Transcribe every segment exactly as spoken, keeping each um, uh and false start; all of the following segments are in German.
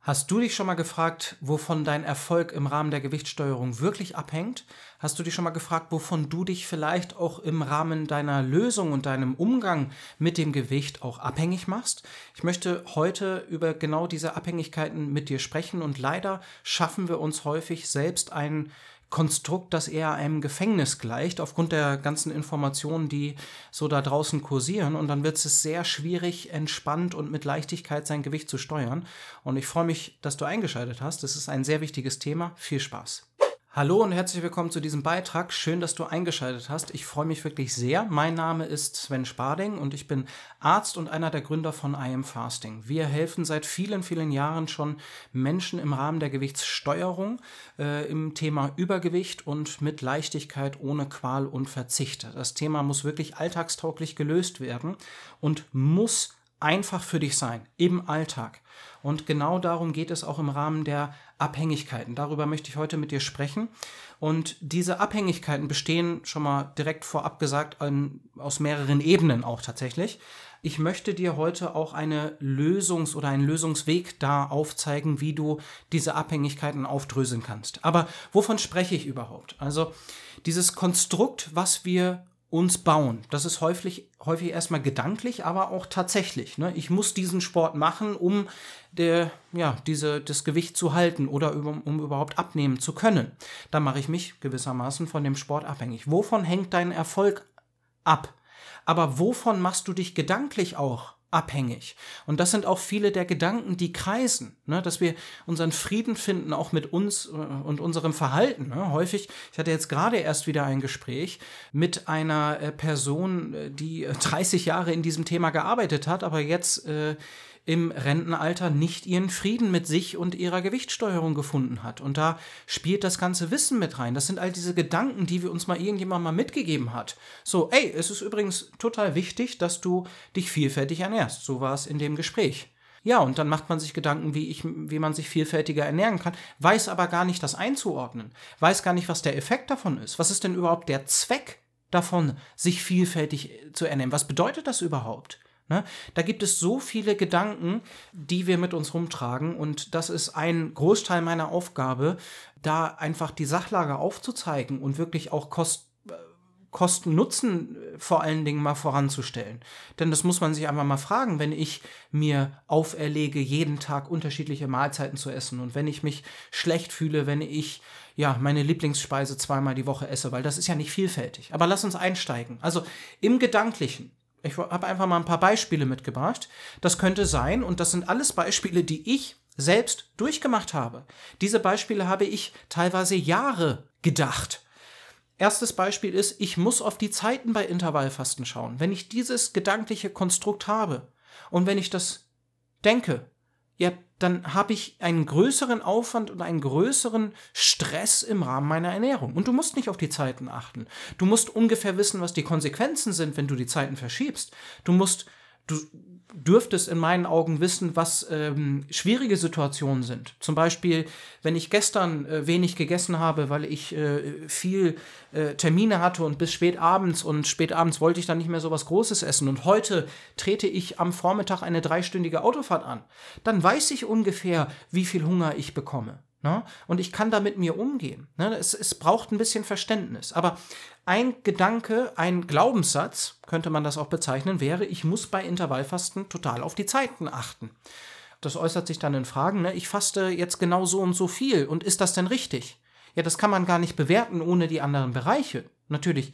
Hast du dich schon mal gefragt, wovon dein Erfolg im Rahmen der Gewichtssteuerung wirklich abhängt? Hast du dich schon mal gefragt, wovon du dich vielleicht auch im Rahmen deiner Lösung und deinem Umgang mit dem Gewicht auch abhängig machst? Ich möchte heute über genau diese Abhängigkeiten mit dir sprechen und leider schaffen wir uns häufig selbst ein Konstrukt, das eher einem Gefängnis gleicht, aufgrund der ganzen Informationen, die so da draußen kursieren. Und dann wird es sehr schwierig, entspannt und mit Leichtigkeit sein Gewicht zu steuern. Und ich freue mich, dass du eingeschaltet hast. Das ist ein sehr wichtiges Thema. Viel Spaß. Hallo und herzlich willkommen zu diesem Beitrag. Schön, dass du eingeschaltet hast. Ich freue mich wirklich sehr. Mein Name ist Sven Sparding und ich bin Arzt und einer der Gründer von I Am Fasting. Wir helfen seit vielen, vielen Jahren schon Menschen im Rahmen der Gewichtssteuerung äh, im Thema Übergewicht und mit Leichtigkeit, ohne Qual und Verzicht. Das Thema muss wirklich alltagstauglich gelöst werden und muss einfach für dich sein, im Alltag. Und genau darum geht es auch im Rahmen der Abhängigkeiten. Darüber möchte ich heute mit dir sprechen. Und diese Abhängigkeiten bestehen, schon mal direkt vorab gesagt, an, aus mehreren Ebenen auch tatsächlich. Ich möchte dir heute auch eine Lösungs- oder einen Lösungsweg da aufzeigen, wie du diese Abhängigkeiten aufdröseln kannst. Aber wovon spreche ich überhaupt? Also dieses Konstrukt, was wir uns bauen. Das ist häufig, häufig erstmal gedanklich, aber auch tatsächlich. Ne? Ich muss diesen Sport machen, um der, ja, diese, das Gewicht zu halten oder um, um überhaupt abnehmen zu können. Da mache ich mich gewissermaßen von dem Sport abhängig. Wovon hängt dein Erfolg ab? Aber wovon machst du dich gedanklich auch abhängig? Und das sind auch viele der Gedanken, die kreisen, ne? Dass wir unseren Frieden finden, auch mit uns und unserem Verhalten. Ne? Häufig, ich hatte jetzt gerade erst wieder ein Gespräch mit einer äh, Person, die dreißig Jahre in diesem Thema gearbeitet hat, aber jetzt äh, im Rentenalter nicht ihren Frieden mit sich und ihrer Gewichtssteuerung gefunden hat. Und da spielt das ganze Wissen mit rein. Das sind all diese Gedanken, die wir uns mal irgendjemand mal mitgegeben hat. So, ey, es ist übrigens total wichtig, dass du dich vielfältig ernährst. So war es in dem Gespräch. Ja, und dann macht man sich Gedanken, wie, ich, wie man sich vielfältiger ernähren kann, weiß aber gar nicht, das einzuordnen, weiß gar nicht, was der Effekt davon ist. Was ist denn überhaupt der Zweck davon, sich vielfältig zu ernähren? Was bedeutet das überhaupt? Ne? Da gibt es so viele Gedanken, die wir mit uns rumtragen, und das ist ein Großteil meiner Aufgabe, da einfach die Sachlage aufzuzeigen und wirklich auch Kost, Kosten-Nutzen vor allen Dingen mal voranzustellen. Denn das muss man sich einfach mal fragen, wenn ich mir auferlege, jeden Tag unterschiedliche Mahlzeiten zu essen und wenn ich mich schlecht fühle, wenn ich ja meine Lieblingsspeise zweimal die Woche esse, weil das ist ja nicht vielfältig. Aber lass uns einsteigen. Also im Gedanklichen. Ich habe einfach mal ein paar Beispiele mitgebracht. Das könnte sein, und das sind alles Beispiele, die ich selbst durchgemacht habe. Diese Beispiele habe ich teilweise Jahre gedacht. Erstes Beispiel ist, ich muss auf die Zeiten bei Intervallfasten schauen. Wenn ich dieses gedankliche Konstrukt habe und wenn ich das denke, ja, dann habe ich einen größeren Aufwand und einen größeren Stress im Rahmen meiner Ernährung. Und du musst nicht auf die Zeiten achten. Du musst ungefähr wissen, was die Konsequenzen sind, wenn du die Zeiten verschiebst. Du musst, du dürftest in meinen Augen wissen, was ähm, schwierige Situationen sind. Zum Beispiel, wenn ich gestern äh, wenig gegessen habe, weil ich äh, viel äh, Termine hatte und bis spät abends und spät abends wollte ich dann nicht mehr so was Großes essen und heute trete ich am Vormittag eine dreistündige Autofahrt an, dann weiß ich ungefähr, wie viel Hunger ich bekomme. Ne? Und ich kann da mit mir umgehen. Ne? Es, es braucht ein bisschen Verständnis. Aber ein Gedanke, ein Glaubenssatz, könnte man das auch bezeichnen, wäre, ich muss bei Intervallfasten total auf die Zeiten achten. Das äußert sich dann in Fragen, ne? Ich faste jetzt genau so und so viel. Und ist das denn richtig? Ja, das kann man gar nicht bewerten ohne die anderen Bereiche. Natürlich,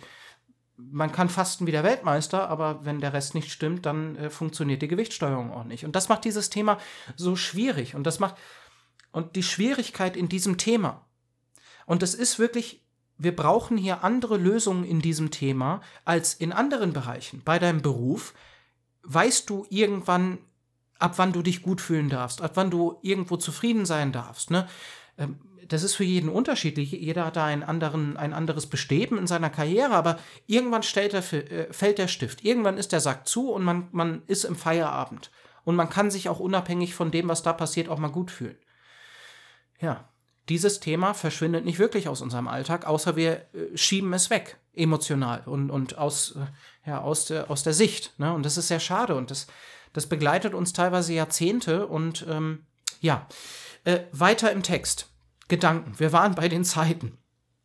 man kann fasten wie der Weltmeister, aber wenn der Rest nicht stimmt, dann äh, funktioniert die Gewichtssteuerung auch nicht. Und das macht dieses Thema so schwierig. Und das macht Und die Schwierigkeit in diesem Thema, und es ist wirklich, wir brauchen hier andere Lösungen in diesem Thema als in anderen Bereichen. Bei deinem Beruf weißt du irgendwann, ab wann du dich gut fühlen darfst, ab wann du irgendwo zufrieden sein darfst. Ne? Das ist für jeden unterschiedlich. Jeder hat da einen anderen, ein anderes Bestreben in seiner Karriere, aber irgendwann stellt der, fällt der Stift. Irgendwann ist der Sack zu und man, man ist im Feierabend. Und man kann sich auch unabhängig von dem, was da passiert, auch mal gut fühlen. Ja, dieses Thema verschwindet nicht wirklich aus unserem Alltag, außer wir äh, schieben es weg, emotional und, und aus, äh, ja, aus, der, aus der Sicht. Ne? Und das ist sehr schade und das, das begleitet uns teilweise Jahrzehnte und ähm, ja, Äh, weiter im Text. Gedanken. Wir waren bei den Zeiten.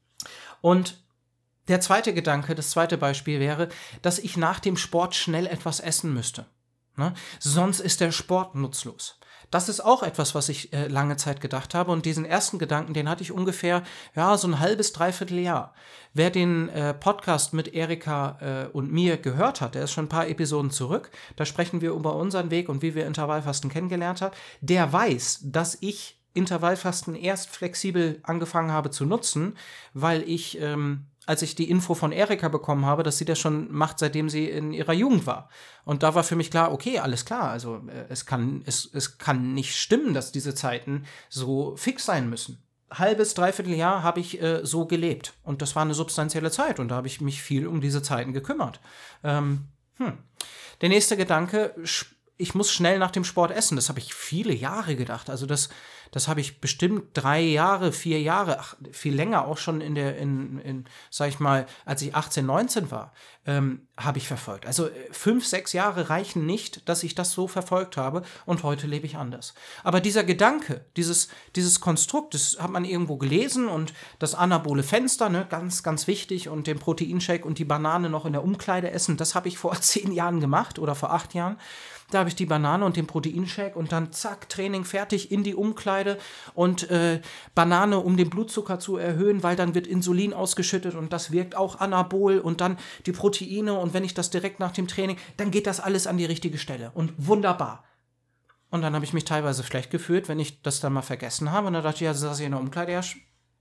Und der zweite Gedanke, das zweite Beispiel wäre, dass ich nach dem Sport schnell etwas essen müsste. Ne? Sonst ist der Sport nutzlos. Das ist auch etwas, was ich äh, lange Zeit gedacht habe. Und diesen ersten Gedanken, den hatte ich ungefähr, ja, so ein halbes, dreiviertel Jahr. Wer den äh, Podcast mit Erika äh, und mir gehört hat, der ist schon ein paar Episoden zurück, da sprechen wir über unseren Weg und wie wir Intervallfasten kennengelernt haben, der weiß, dass ich Intervallfasten erst flexibel angefangen habe zu nutzen, weil ich, ähm, als ich die Info von Erika bekommen habe, dass sie das schon macht, seitdem sie in ihrer Jugend war. Und da war für mich klar, okay, alles klar, also äh, es kann, es, es kann nicht stimmen, dass diese Zeiten so fix sein müssen. Halbes, dreiviertel Jahr habe ich äh, so gelebt. Und das war eine substanzielle Zeit und da habe ich mich viel um diese Zeiten gekümmert. Ähm, hm. Der nächste Gedanke, ich muss schnell nach dem Sport essen. Das habe ich viele Jahre gedacht. Also das, das habe ich bestimmt drei Jahre, vier Jahre, ach, viel länger auch schon in der, in, in, sag ich mal, als ich achtzehn, neunzehn war, ähm, habe ich verfolgt. Also fünf, sechs Jahre reichen nicht, dass ich das so verfolgt habe und heute lebe ich anders. Aber dieser Gedanke, dieses, dieses Konstrukt, das hat man irgendwo gelesen und das anabole Fenster, ne, ganz, ganz wichtig und den Proteinshake und die Banane noch in der Umkleide essen, das habe ich vor zehn Jahren gemacht oder vor acht Jahren. Da habe ich die Banane und den Proteinshake und dann zack, Training fertig in die Umkleide und äh, Banane, um den Blutzucker zu erhöhen, weil dann wird Insulin ausgeschüttet und das wirkt auch anabol und dann die Proteine und wenn ich das direkt nach dem Training, dann geht das alles an die richtige Stelle und wunderbar. Und dann habe ich mich teilweise schlecht gefühlt, wenn ich das dann mal vergessen habe und dann dachte ich, ja, saß ich in der Umkleide, ja,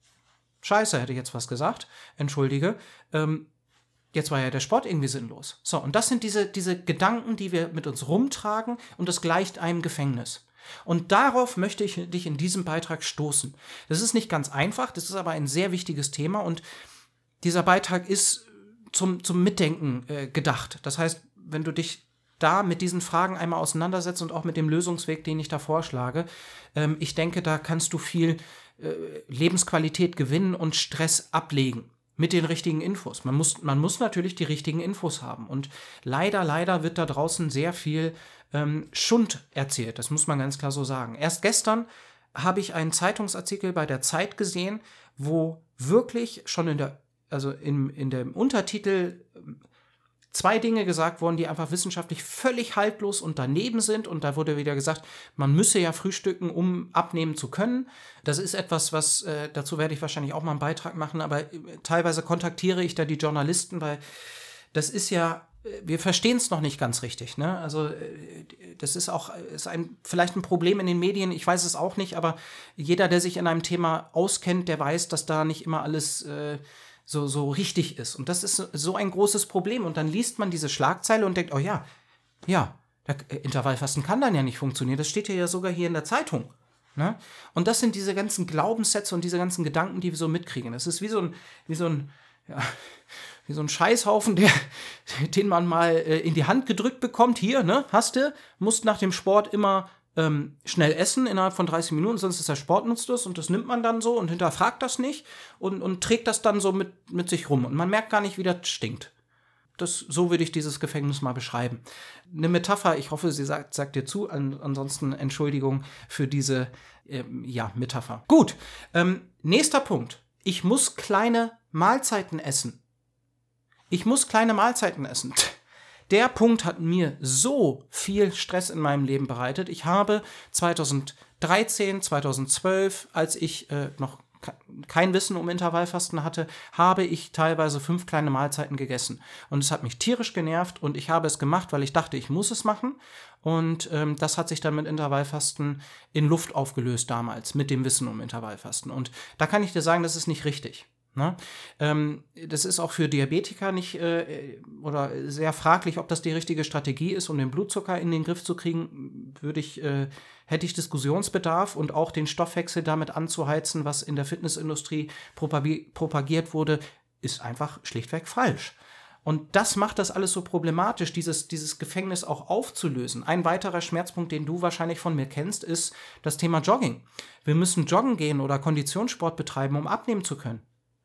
scheiße, hätte ich jetzt was gesagt, entschuldige, ähm, jetzt war ja der Sport irgendwie sinnlos. So, und das sind diese, diese Gedanken, die wir mit uns rumtragen und das gleicht einem Gefängnis. Und darauf möchte ich dich in diesem Beitrag stoßen. Das ist nicht ganz einfach, das ist aber ein sehr wichtiges Thema und dieser Beitrag ist zum, zum Mitdenken äh, gedacht. Das heißt, wenn du dich da mit diesen Fragen einmal auseinandersetzt und auch mit dem Lösungsweg, den ich da vorschlage, ähm, ich denke, da kannst du viel äh, Lebensqualität gewinnen und Stress ablegen. Mit den richtigen Infos. Man muss, man muss natürlich die richtigen Infos haben. Und leider, leider wird da draußen sehr viel ähm, Schund erzählt. Das muss man ganz klar so sagen. Erst gestern habe ich einen Zeitungsartikel bei der Zeit gesehen, wo wirklich schon in der, also in, in dem Untertitel zwei Dinge gesagt wurden, die einfach wissenschaftlich völlig haltlos und daneben sind. Und da wurde wieder gesagt, man müsse ja frühstücken, um abnehmen zu können. Das ist etwas, was, äh, dazu werde ich wahrscheinlich auch mal einen Beitrag machen, aber äh, teilweise kontaktiere ich da die Journalisten, weil das ist ja, äh, wir verstehen es noch nicht ganz richtig. Ne? Also äh, das ist auch ist ein, vielleicht ein Problem in den Medien, ich weiß es auch nicht, aber jeder, der sich in einem Thema auskennt, der weiß, dass da nicht immer alles äh, so, so richtig ist. Und das ist so ein großes Problem. Und dann liest man diese Schlagzeile und denkt, oh ja, ja, der Intervallfasten kann dann ja nicht funktionieren. Das steht ja sogar hier in der Zeitung. Ne? Und das sind diese ganzen Glaubenssätze und diese ganzen Gedanken, die wir so mitkriegen. Das ist wie so ein, wie so ein, ja, wie so ein Scheißhaufen, der, den man mal äh, in die Hand gedrückt bekommt. Hier, ne, hast du, musst nach dem Sport immer Ähm, schnell essen innerhalb von dreißig Minuten, sonst ist der Sport nutzlos und das nimmt man dann so und hinterfragt das nicht und, und trägt das dann so mit, mit sich rum und man merkt gar nicht, wie das stinkt. Das, so würde ich dieses Gefängnis mal beschreiben. Eine Metapher, ich hoffe, sie sagt, sagt dir zu, an, ansonsten Entschuldigung für diese ähm, ja, Metapher. Gut, ähm, nächster Punkt. Ich muss kleine Mahlzeiten essen. Ich muss kleine Mahlzeiten essen. Der Punkt hat mir so viel Stress in meinem Leben bereitet. Ich habe zweitausenddreizehn, zweitausendzwölf, als ich äh, noch kein Wissen um Intervallfasten hatte, habe ich teilweise fünf kleine Mahlzeiten gegessen. Und es hat mich tierisch genervt und ich habe es gemacht, weil ich dachte, ich muss es machen. Und ähm, das hat sich dann mit Intervallfasten in Luft aufgelöst damals, mit dem Wissen um Intervallfasten. Und da kann ich dir sagen, das ist nicht richtig. Ne? Ähm, das ist auch für Diabetiker nicht äh, oder sehr fraglich, ob das die richtige Strategie ist, um den Blutzucker in den Griff zu kriegen. Würde ich, äh, hätte ich Diskussionsbedarf und auch den Stoffwechsel damit anzuheizen, was in der Fitnessindustrie propagi- propagiert wurde, ist einfach schlichtweg falsch. Und das macht das alles so problematisch, dieses, dieses Gefängnis auch aufzulösen. Ein weiterer Schmerzpunkt, den du wahrscheinlich von mir kennst, ist das Thema Jogging. Wir müssen joggen gehen oder Konditionssport betreiben, um abnehmen zu können.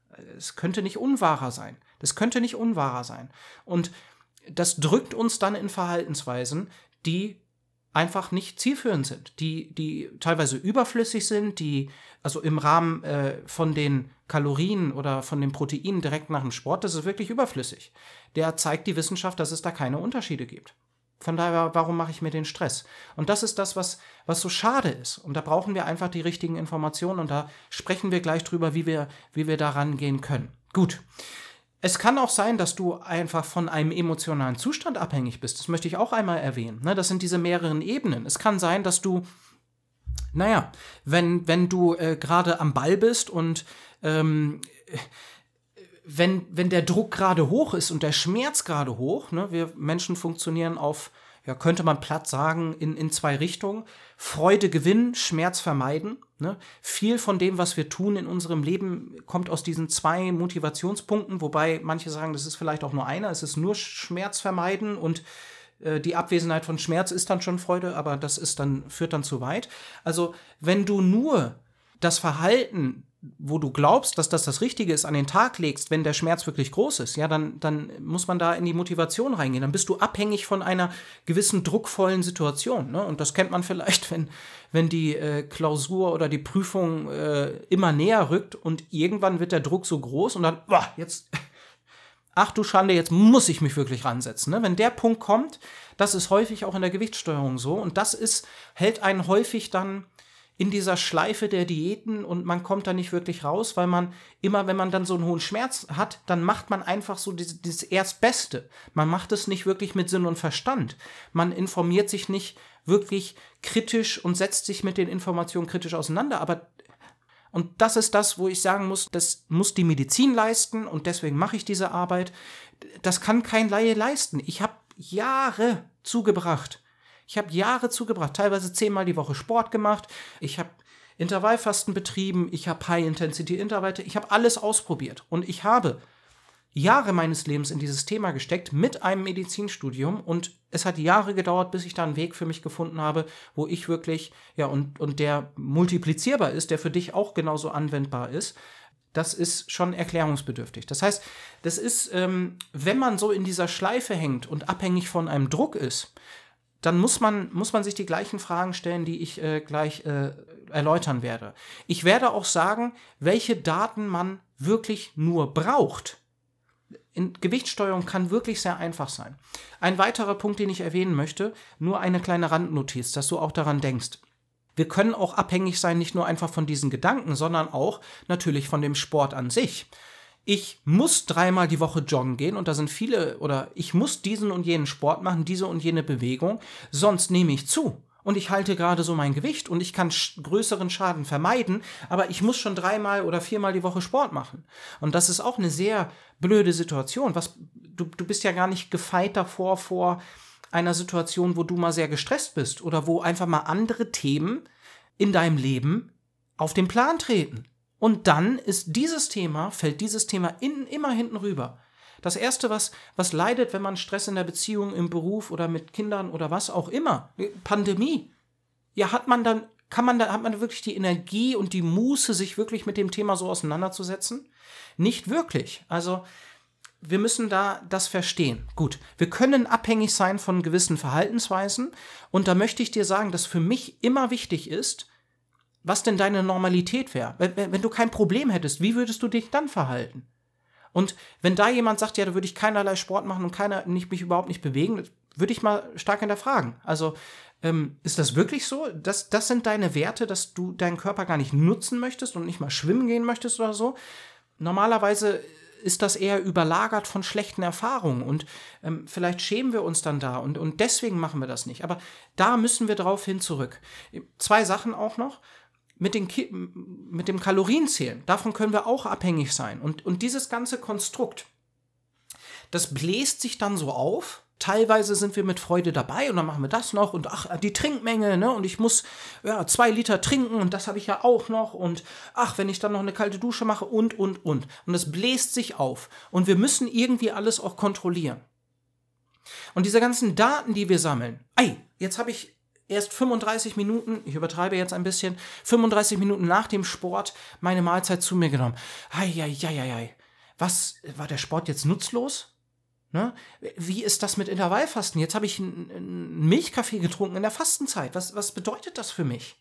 Es könnte nicht unwahrer sein. Das könnte nicht unwahrer sein. Und das drückt uns dann in Verhaltensweisen, die einfach nicht zielführend sind, die, die teilweise überflüssig sind, die also im Rahmen äh, von den Kalorien oder von den Proteinen direkt nach dem Sport, das ist wirklich überflüssig. Der zeigt die Wissenschaft, dass es da keine Unterschiede gibt. Von daher, warum mache ich mir den Stress? Und das ist das, was, was so schade ist. Und da brauchen wir einfach die richtigen Informationen und da sprechen wir gleich drüber, wie wir, wie wir da rangehen können. Gut. Es kann auch sein, dass du einfach von einem emotionalen Zustand abhängig bist. Das möchte ich auch einmal erwähnen. Das sind diese mehreren Ebenen. Es kann sein, dass du, naja, wenn, wenn du äh, gerade am Ball bist und ähm, wenn, wenn der Druck gerade hoch ist und der Schmerz gerade hoch, ne, wir Menschen funktionieren auf, ja, könnte man platt sagen, in, in zwei Richtungen. Freude gewinnen, Schmerz vermeiden. Ne? Viel von dem, was wir tun in unserem Leben, kommt aus diesen zwei Motivationspunkten, wobei manche sagen, das ist vielleicht auch nur einer, es ist nur Schmerz vermeiden und äh, die Abwesenheit von Schmerz ist dann schon Freude, aber das ist dann, führt dann zu weit. Also, wenn du nur das Verhalten, wo du glaubst, dass das das Richtige ist, an den Tag legst, wenn der Schmerz wirklich groß ist, ja, dann, dann muss man da in die Motivation reingehen. Dann bist du abhängig von einer gewissen druckvollen Situation. Ne? Und das kennt man vielleicht, wenn, wenn die äh, Klausur oder die Prüfung äh, immer näher rückt und irgendwann wird der Druck so groß und dann, boah, jetzt, ach du Schande, jetzt muss ich mich wirklich ransetzen. Ne? Wenn der Punkt kommt, das ist häufig auch in der Gewichtssteuerung so und das ist, hält einen häufig dann in dieser Schleife der Diäten und man kommt da nicht wirklich raus, weil man immer, wenn man dann so einen hohen Schmerz hat, dann macht man einfach so das, das Erstbeste. Man macht es nicht wirklich mit Sinn und Verstand. Man informiert sich nicht wirklich kritisch und setzt sich mit den Informationen kritisch auseinander, aber und das ist das, wo ich sagen muss, das muss die Medizin leisten und deswegen mache ich diese Arbeit. Das kann kein Laie leisten. Ich habe Jahre zugebracht, Ich habe Jahre zugebracht, teilweise zehnmal die Woche Sport gemacht. Ich habe Intervallfasten betrieben, ich habe High-Intensity-Intervalle, ich habe alles ausprobiert. Und ich habe Jahre meines Lebens in dieses Thema gesteckt mit einem Medizinstudium. Und es hat Jahre gedauert, bis ich da einen Weg für mich gefunden habe, wo ich wirklich, ja, und, und der multiplizierbar ist, der für dich auch genauso anwendbar ist. Das ist schon erklärungsbedürftig. Das heißt, das ist, ähm, wenn man so in dieser Schleife hängt und abhängig von einem Druck ist, dann muss man, muss man sich die gleichen Fragen stellen, die ich äh, gleich äh, erläutern werde. Ich werde auch sagen, welche Daten man wirklich nur braucht. In Gewichtssteuerung kann wirklich sehr einfach sein. Ein weiterer Punkt, den ich erwähnen möchte, nur eine kleine Randnotiz, dass du auch daran denkst. Wir können auch abhängig sein, nicht nur einfach von diesen Gedanken, sondern auch natürlich von dem Sport an sich. Ich muss dreimal die Woche joggen gehen und da sind viele, oder ich muss diesen und jenen Sport machen, diese und jene Bewegung, sonst nehme ich zu. Und ich halte gerade so mein Gewicht und ich kann sch- größeren Schaden vermeiden, aber ich muss schon dreimal oder viermal die Woche Sport machen. Und das ist auch eine sehr blöde Situation. Was, du, du bist ja gar nicht gefeit davor, vor einer Situation, wo du mal sehr gestresst bist oder wo einfach mal andere Themen in deinem Leben auf den Plan treten. Und dann ist dieses Thema, fällt dieses Thema in, immer hinten rüber. Das Erste, was, was leidet, wenn man Stress in der Beziehung, im Beruf oder mit Kindern oder was auch immer, Pandemie. Ja, hat man dann, kann man da, hat man wirklich die Energie und die Muße, sich wirklich mit dem Thema so auseinanderzusetzen? Nicht wirklich. Also, wir müssen da das verstehen. Gut, wir können abhängig sein von gewissen Verhaltensweisen und da möchte ich dir sagen, dass für mich immer wichtig ist, was denn deine Normalität wäre. Wenn, wenn du kein Problem hättest, wie würdest du dich dann verhalten? Und wenn da jemand sagt, ja, da würde ich keinerlei Sport machen und keiner, nicht, mich überhaupt nicht bewegen, würde ich mal stark hinterfragen. Also, ähm, ist das wirklich so? Das, das sind deine Werte, dass du deinen Körper gar nicht nutzen möchtest und nicht mal schwimmen gehen möchtest oder so? Normalerweise ist das eher überlagert von schlechten Erfahrungen und ähm, vielleicht schämen wir uns dann da und, und deswegen machen wir das nicht. Aber da müssen wir drauf hin zurück. Zwei Sachen auch noch. Mit, den Ki- mit dem Kalorienzählen, davon können wir auch abhängig sein. Und, und dieses ganze Konstrukt, das bläst sich dann so auf. Teilweise sind wir mit Freude dabei und dann machen wir das noch und ach, die Trinkmenge, ne? Und ich muss ja zwei Liter trinken und das habe ich ja auch noch und ach, wenn ich dann noch eine kalte Dusche mache und, und, und. Und das bläst sich auf. Und wir müssen irgendwie alles auch kontrollieren. Und diese ganzen Daten, die wir sammeln, ei, jetzt habe ich erst fünfunddreißig Minuten, ich übertreibe jetzt ein bisschen, fünfunddreißig Minuten nach dem Sport meine Mahlzeit zu mir genommen. Eieieiei, was, war der Sport jetzt nutzlos? Ne? Wie ist das mit Intervallfasten? Jetzt habe ich einen Milchkaffee getrunken in der Fastenzeit. Was, was bedeutet das für mich?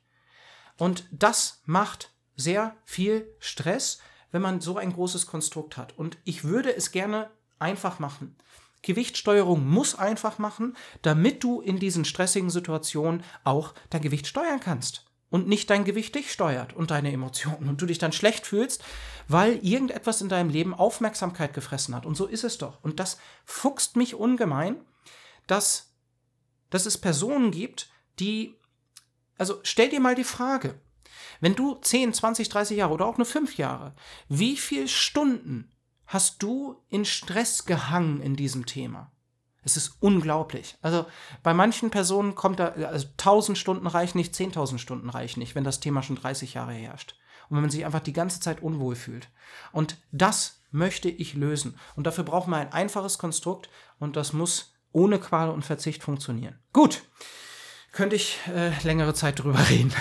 Und das macht sehr viel Stress, wenn man so ein großes Konstrukt hat. Und ich würde es gerne einfach machen. Gewichtsteuerung muss einfach machen, damit du in diesen stressigen Situationen auch dein Gewicht steuern kannst. Und nicht dein Gewicht dich steuert und deine Emotionen und du dich dann schlecht fühlst, weil irgendetwas in deinem Leben Aufmerksamkeit gefressen hat. Und so ist es doch. Und das fuchst mich ungemein, dass, dass es Personen gibt, die, also stell dir mal die Frage, wenn du zehn, zwanzig, dreißig Jahre oder auch nur fünf Jahre, wie viele Stunden hast du in Stress gehangen in diesem Thema? Es ist unglaublich. Also bei manchen Personen kommt da, also tausend Stunden reichen nicht, zehntausend Stunden reichen nicht, wenn das Thema schon dreißig Jahre herrscht. Und wenn man sich einfach die ganze Zeit unwohl fühlt. Und das möchte ich lösen. Und dafür brauchen wir ein einfaches Konstrukt und das muss ohne Qual und Verzicht funktionieren. Gut. Könnte ich äh, längere Zeit drüber reden.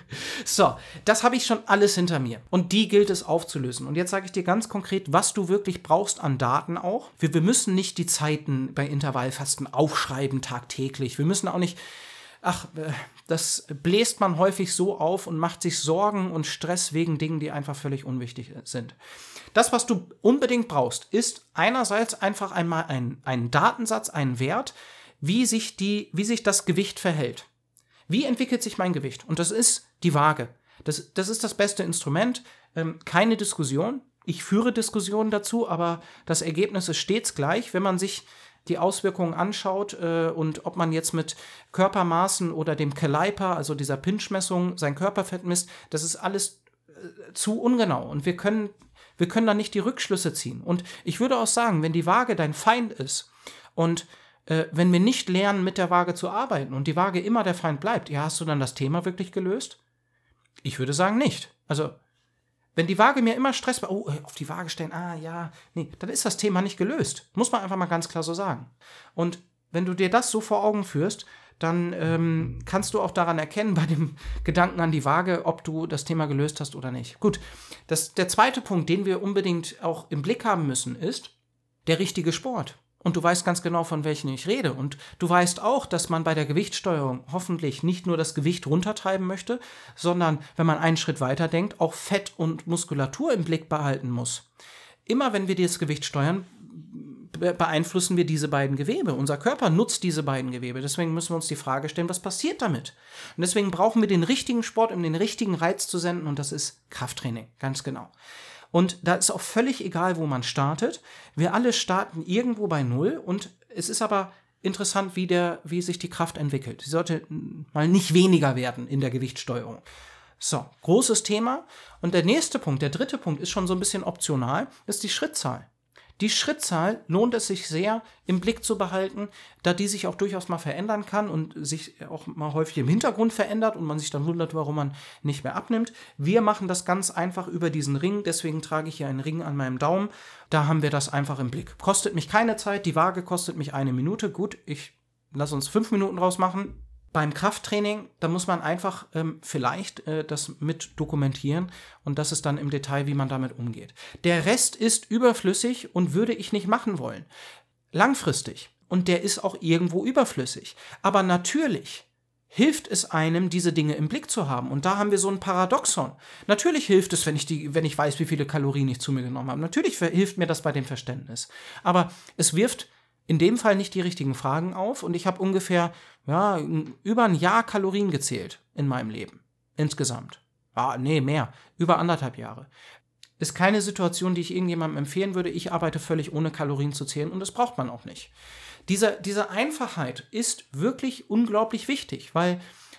So, das habe ich schon alles hinter mir. Und die gilt es aufzulösen. Und jetzt sage ich dir ganz konkret, was du wirklich brauchst an Daten auch. Wir, wir müssen nicht die Zeiten bei Intervallfasten aufschreiben tagtäglich. Wir müssen auch nicht, ach, äh, das bläst man häufig so auf und macht sich Sorgen und Stress wegen Dingen, die einfach völlig unwichtig sind. Das, was du unbedingt brauchst, ist einerseits einfach einmal ein, ein Datensatz, ein Wert, wie sich, die, wie sich das Gewicht verhält. Wie entwickelt sich mein Gewicht? Und das ist die Waage. Das, das ist das beste Instrument. Ähm, keine Diskussion. Ich führe Diskussionen dazu, aber das Ergebnis ist stets gleich, wenn man sich die Auswirkungen anschaut äh, und ob man jetzt mit Körpermaßen oder dem Caliper, also dieser Pinch-Messung, sein Körperfett misst, das ist alles äh, zu ungenau. Und wir können, wir können da nicht die Rückschlüsse ziehen. Und ich würde auch sagen, wenn die Waage dein Feind ist und Äh, wenn wir nicht lernen, mit der Waage zu arbeiten und die Waage immer der Feind bleibt, ja, hast du dann das Thema wirklich gelöst? Ich würde sagen, nicht. Also, wenn die Waage mir immer Stress, oh, auf die Waage stellen, ah, ja, nee, dann ist das Thema nicht gelöst. Muss man einfach mal ganz klar so sagen. Und wenn du dir das so vor Augen führst, dann ähm, kannst du auch daran erkennen, bei dem Gedanken an die Waage, ob du das Thema gelöst hast oder nicht. Gut, das, der zweite Punkt, den wir unbedingt auch im Blick haben müssen, ist der richtige Sport. Und du weißt ganz genau, von welchen ich rede. Und du weißt auch, dass man bei der Gewichtssteuerung hoffentlich nicht nur das Gewicht runtertreiben möchte, sondern, wenn man einen Schritt weiter denkt, auch Fett und Muskulatur im Blick behalten muss. Immer wenn wir das Gewicht steuern, beeinflussen wir diese beiden Gewebe. Unser Körper nutzt diese beiden Gewebe. Deswegen müssen wir uns die Frage stellen, was passiert damit? Und deswegen brauchen wir den richtigen Sport, um den richtigen Reiz zu senden. Und das ist Krafttraining, ganz genau. Und da ist auch völlig egal, wo man startet. Wir alle starten irgendwo bei Null und es ist aber interessant, wie, der, wie sich die Kraft entwickelt. Sie sollte mal nicht weniger werden in der Gewichtssteuerung. So, großes Thema. Und der nächste Punkt, der dritte Punkt, ist schon so ein bisschen optional, ist die Schrittzahl. Die Schrittzahl lohnt es sich sehr im Blick zu behalten, da die sich auch durchaus mal verändern kann und sich auch mal häufig im Hintergrund verändert und man sich dann wundert, warum man nicht mehr abnimmt. Wir machen das ganz einfach über diesen Ring, deswegen trage ich hier einen Ring an meinem Daumen. Da haben wir das einfach im Blick. Kostet mich keine Zeit, die Waage kostet mich eine Minute. Gut, ich lasse uns fünf Minuten draus machen. Beim Krafttraining, da muss man einfach ähm, vielleicht äh, das mit dokumentieren und das ist dann im Detail, wie man damit umgeht. Der Rest ist überflüssig und würde ich nicht machen wollen. Langfristig. Und der ist auch irgendwo überflüssig. Aber natürlich hilft es einem, diese Dinge im Blick zu haben. Und da haben wir so ein Paradoxon. Natürlich hilft es, wenn ich, die, wenn ich weiß, wie viele Kalorien ich zu mir genommen habe. Natürlich hilft mir das bei dem Verständnis. Aber es wirft in dem Fall nicht die richtigen Fragen auf und ich habe ungefähr ja, über ein Jahr Kalorien gezählt in meinem Leben. Insgesamt. Ah, nee, mehr. Über anderthalb Jahre. Ist keine Situation, die ich irgendjemandem empfehlen würde. Ich arbeite völlig ohne Kalorien zu zählen und das braucht man auch nicht. Diese, diese Einfachheit ist wirklich unglaublich wichtig, weil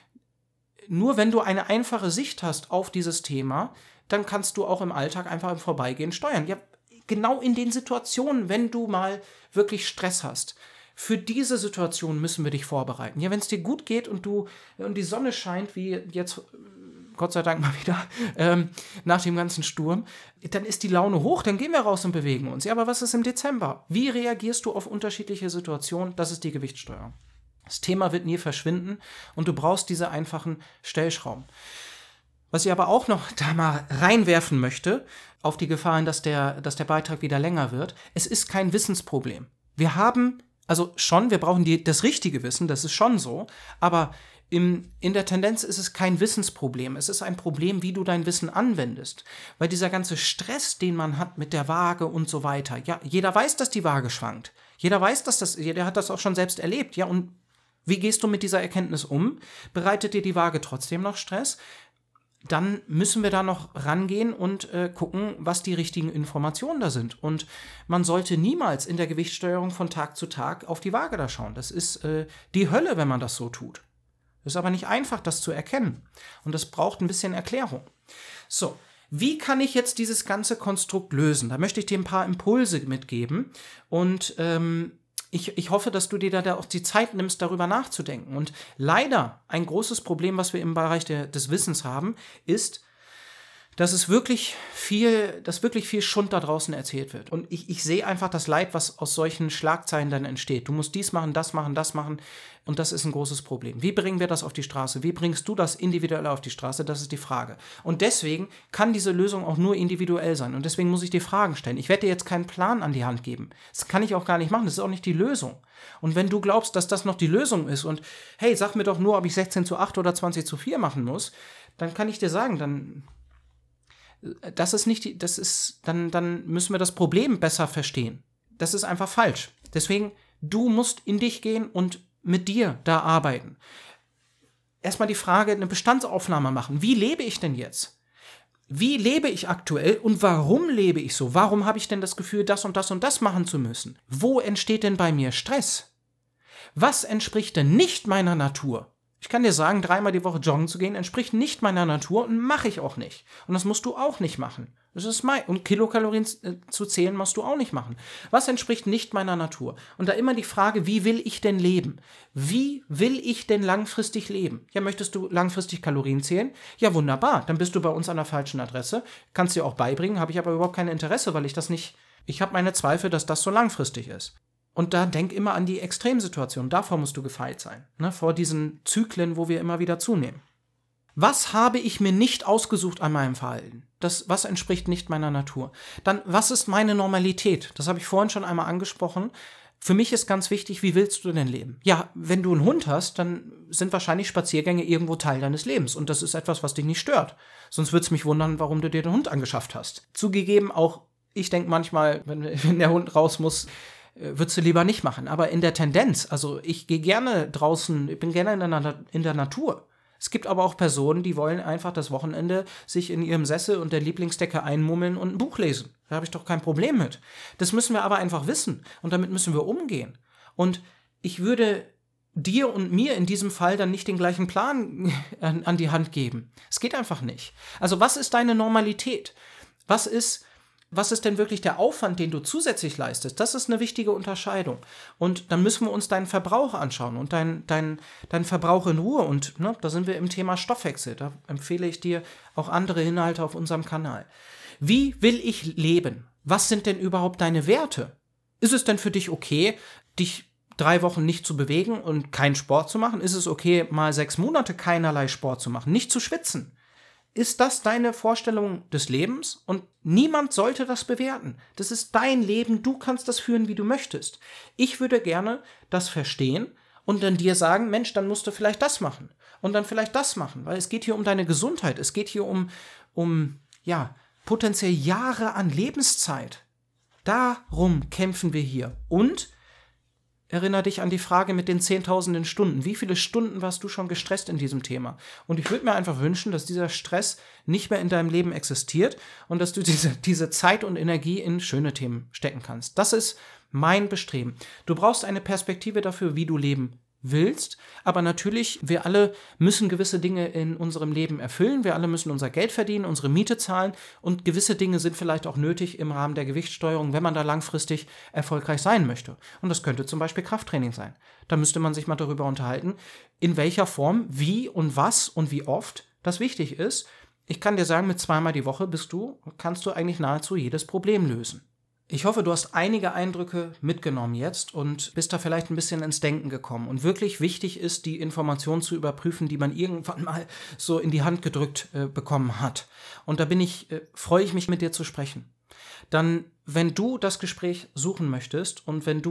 nur wenn du eine einfache Sicht hast auf dieses Thema, dann kannst du auch im Alltag einfach im Vorbeigehen steuern. Ja, genau in den Situationen, wenn du mal wirklich Stress hast. Für diese Situation müssen wir dich vorbereiten. Ja, wenn es dir gut geht und du und die Sonne scheint, wie jetzt Gott sei Dank mal wieder, ähm, nach dem ganzen Sturm, dann ist die Laune hoch, dann gehen wir raus und bewegen uns. Ja, aber was ist im Dezember? Wie reagierst du auf unterschiedliche Situationen? Das ist die Gewichtssteuerung. Das Thema wird nie verschwinden und du brauchst diese einfachen Stellschrauben. Was ich aber auch noch da mal reinwerfen möchte, auf die Gefahren, dass der, dass der Beitrag wieder länger wird, es ist kein Wissensproblem. Wir haben, also schon, wir brauchen die, das richtige Wissen, das ist schon so, aber im, in der Tendenz ist es kein Wissensproblem. Es ist ein Problem, wie du dein Wissen anwendest. Weil dieser ganze Stress, den man hat mit der Waage und so weiter, ja, jeder weiß, dass die Waage schwankt. Jeder weiß, dass das, jeder hat das auch schon selbst erlebt, ja, und wie gehst du mit dieser Erkenntnis um? Bereitet dir die Waage trotzdem noch Stress? Dann müssen wir da noch rangehen und äh, gucken, was die richtigen Informationen da sind. Und man sollte niemals in der Gewichtssteuerung von Tag zu Tag auf die Waage da schauen. Das ist äh, die Hölle, wenn man das so tut. Es ist aber nicht einfach, das zu erkennen. Und das braucht ein bisschen Erklärung. So, wie kann ich jetzt dieses ganze Konstrukt lösen? Da möchte ich dir ein paar Impulse mitgeben. Und ähm, Ich, ich hoffe, dass du dir da auch die Zeit nimmst, darüber nachzudenken. Und leider ein großes Problem, was wir im Bereich der, des Wissens haben, ist, dass es wirklich viel, dass wirklich viel Schund da draußen erzählt wird. Und ich, ich sehe einfach das Leid, was aus solchen Schlagzeilen dann entsteht. Du musst dies machen, das machen, das machen. Und das ist ein großes Problem. Wie bringen wir das auf die Straße? Wie bringst du das individuell auf die Straße? Das ist die Frage. Und deswegen kann diese Lösung auch nur individuell sein. Und deswegen muss ich dir Fragen stellen. Ich werde dir jetzt keinen Plan an die Hand geben. Das kann ich auch gar nicht machen. Das ist auch nicht die Lösung. Und wenn du glaubst, dass das noch die Lösung ist und hey, sag mir doch nur, ob ich sechzehn zu acht oder zwanzig zu vier machen muss, dann kann ich dir sagen, dann das ist nicht die, das ist, dann, dann müssen wir das Problem besser verstehen. Das ist einfach falsch. Deswegen, du musst in dich gehen und mit dir da arbeiten. Erstmal die Frage, eine Bestandsaufnahme machen. Wie lebe ich denn jetzt? Wie lebe ich aktuell und warum lebe ich so? Warum habe ich denn das Gefühl, das und das und das machen zu müssen? Wo entsteht denn bei mir Stress? Was entspricht denn nicht meiner Natur? Ich kann dir sagen, dreimal die Woche joggen zu gehen, entspricht nicht meiner Natur und mache ich auch nicht. Und das musst du auch nicht machen. Das ist mein, und Kilokalorien zu zählen musst du auch nicht machen. Was entspricht nicht meiner Natur? Und da immer die Frage, wie will ich denn leben? Wie will ich denn langfristig leben? Ja, möchtest du langfristig Kalorien zählen? Ja, wunderbar. Dann bist du bei uns an der falschen Adresse. Kannst dir auch beibringen, habe ich aber überhaupt kein Interesse, weil ich das nicht, ich habe meine Zweifel, dass das so langfristig ist. Und da denk immer an die Extremsituation. Davor musst du gefeit sein. Ne? Vor diesen Zyklen, wo wir immer wieder zunehmen. Was habe ich mir nicht ausgesucht an meinem Verhalten? Das, was entspricht nicht meiner Natur? Dann, was ist meine Normalität? Das habe ich vorhin schon einmal angesprochen. Für mich ist ganz wichtig, wie willst du denn leben? Ja, wenn du einen Hund hast, dann sind wahrscheinlich Spaziergänge irgendwo Teil deines Lebens. Und das ist etwas, was dich nicht stört. Sonst würde es mich wundern, warum du dir den Hund angeschafft hast. Zugegeben, auch ich denke manchmal, wenn, wenn der Hund raus muss, würdest du lieber nicht machen. Aber in der Tendenz, also ich gehe gerne draußen, ich bin gerne in der, in der Natur. Es gibt aber auch Personen, die wollen einfach das Wochenende sich in ihrem Sessel und der Lieblingsdecke einmummeln und ein Buch lesen. Da habe ich doch kein Problem mit. Das müssen wir aber einfach wissen und damit müssen wir umgehen. Und ich würde dir und mir in diesem Fall dann nicht den gleichen Plan an, an die Hand geben. Es geht einfach nicht. Also was ist deine Normalität? Was ist Was ist denn wirklich der Aufwand, den du zusätzlich leistest? Das ist eine wichtige Unterscheidung. Und dann müssen wir uns deinen Verbrauch anschauen und deinen dein, dein Verbrauch in Ruhe. Und ne, da sind wir im Thema Stoffwechsel. Da empfehle ich dir auch andere Inhalte auf unserem Kanal. Wie will ich leben? Was sind denn überhaupt deine Werte? Ist es denn für dich okay, dich drei Wochen nicht zu bewegen und keinen Sport zu machen? Ist es okay, mal sechs Monate keinerlei Sport zu machen, nicht zu schwitzen? Ist das deine Vorstellung des Lebens? Und niemand sollte das bewerten. Das ist dein Leben, du kannst das führen, wie du möchtest. Ich würde gerne das verstehen und dann dir sagen, Mensch, dann musst du vielleicht das machen und dann vielleicht das machen, weil es geht hier um deine Gesundheit, es geht hier um, um ja, potenziell Jahre an Lebenszeit. Darum kämpfen wir hier. Und erinnere dich an die Frage mit den zehntausenden Stunden. Wie viele Stunden warst du schon gestresst in diesem Thema? Und ich würde mir einfach wünschen, dass dieser Stress nicht mehr in deinem Leben existiert und dass du diese, diese Zeit und Energie in schöne Themen stecken kannst. Das ist mein Bestreben. Du brauchst eine Perspektive dafür, wie du leben willst, aber natürlich, wir alle müssen gewisse Dinge in unserem Leben erfüllen, wir alle müssen unser Geld verdienen, unsere Miete zahlen und gewisse Dinge sind vielleicht auch nötig im Rahmen der Gewichtssteuerung, wenn man da langfristig erfolgreich sein möchte. Und das könnte zum Beispiel Krafttraining sein. Da müsste man sich mal darüber unterhalten, in welcher Form, wie und was und wie oft das wichtig ist. Ich kann dir sagen, mit zweimal die Woche bist du, kannst du eigentlich nahezu jedes Problem lösen. Ich hoffe, du hast einige Eindrücke mitgenommen jetzt und bist da vielleicht ein bisschen ins Denken gekommen. Und wirklich wichtig ist, die Informationen zu überprüfen, die man irgendwann mal so in die Hand gedrückt äh, bekommen hat. Und da bin ich, äh, freue ich mich, mit dir zu sprechen. Dann, wenn du das Gespräch suchen möchtest und wenn du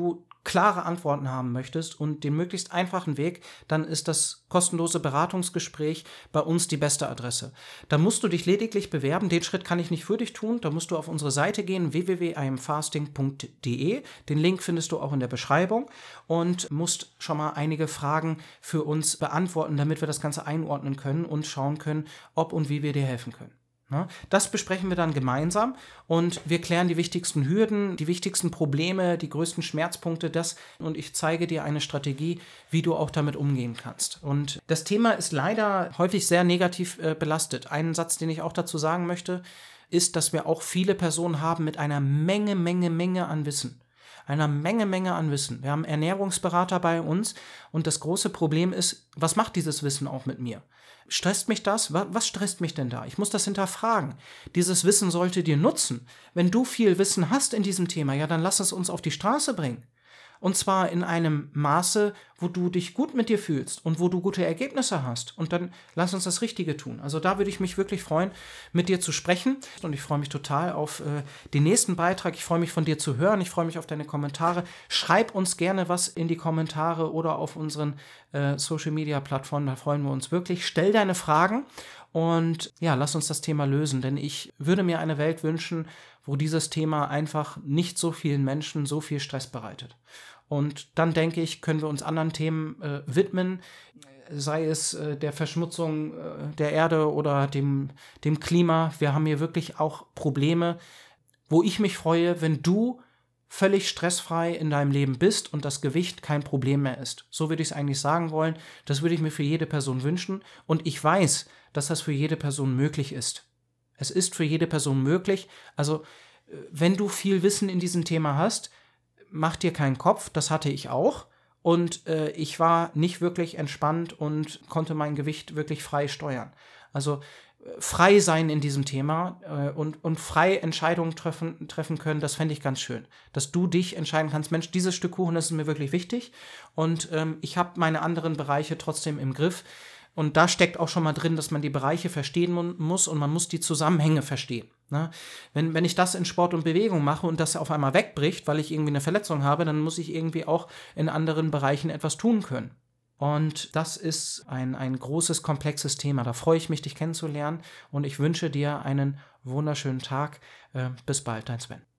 klare Antworten haben möchtest und den möglichst einfachen Weg, dann ist das kostenlose Beratungsgespräch bei uns die beste Adresse. Da musst du dich lediglich bewerben. Den Schritt kann ich nicht für dich tun. Da musst du auf unsere Seite gehen, w w w punkt i am fasting punkt d e. Den Link findest du auch in der Beschreibung und musst schon mal einige Fragen für uns beantworten, damit wir das Ganze einordnen können und schauen können, ob und wie wir dir helfen können. Das besprechen wir dann gemeinsam und wir klären die wichtigsten Hürden, die wichtigsten Probleme, die größten Schmerzpunkte, das und ich zeige dir eine Strategie, wie du auch damit umgehen kannst. Und das Thema ist leider häufig sehr negativ äh, belastet. Einen Satz, den ich auch dazu sagen möchte, ist, dass wir auch viele Personen haben mit einer Menge, Menge, Menge an Wissen. Einer Menge, Menge an Wissen. Wir haben Ernährungsberater bei uns und das große Problem ist, was macht dieses Wissen auch mit mir? Stresst mich das? Was stresst mich denn da? Ich muss das hinterfragen. Dieses Wissen sollte dir nutzen. Wenn du viel Wissen hast in diesem Thema, ja, dann lass es uns auf die Straße bringen. Und zwar in einem Maße, wo du dich gut mit dir fühlst und wo du gute Ergebnisse hast. Und dann lass uns das Richtige tun. Also da würde ich mich wirklich freuen, mit dir zu sprechen. Und ich freue mich total auf äh, den nächsten Beitrag. Ich freue mich, von dir zu hören. Ich freue mich auf deine Kommentare. Schreib uns gerne was in die Kommentare oder auf unseren äh, Social-Media-Plattformen. Da freuen wir uns wirklich. Stell deine Fragen und ja, lass uns das Thema lösen. Denn ich würde mir eine Welt wünschen, wo dieses Thema einfach nicht so vielen Menschen so viel Stress bereitet. Und dann, denke ich, können wir uns anderen Themen äh, widmen, sei es äh, der Verschmutzung äh, der Erde oder dem, dem Klima. Wir haben hier wirklich auch Probleme, wo ich mich freue, wenn du völlig stressfrei in deinem Leben bist und das Gewicht kein Problem mehr ist. So würde ich es eigentlich sagen wollen. Das würde ich mir für jede Person wünschen. Und ich weiß, dass das für jede Person möglich ist. Es ist für jede Person möglich. Also, wenn du viel Wissen in diesem Thema hast, mach dir keinen Kopf, das hatte ich auch. Und äh, ich war nicht wirklich entspannt und konnte mein Gewicht wirklich frei steuern. Also äh, frei sein in diesem Thema äh, und, und frei Entscheidungen treffen, treffen können, das fände ich ganz schön. Dass du dich entscheiden kannst, Mensch, dieses Stück Kuchen, das ist mir wirklich wichtig. Und ähm, ich habe meine anderen Bereiche trotzdem im Griff. Und da steckt auch schon mal drin, dass man die Bereiche verstehen muss und man muss die Zusammenhänge verstehen. Ne? Wenn, wenn ich das in Sport und Bewegung mache und das auf einmal wegbricht, weil ich irgendwie eine Verletzung habe, dann muss ich irgendwie auch in anderen Bereichen etwas tun können. Und das ist ein, ein großes, komplexes Thema. Da freue ich mich, dich kennenzulernen und ich wünsche dir einen wunderschönen Tag. Äh, bis bald, dein Sven.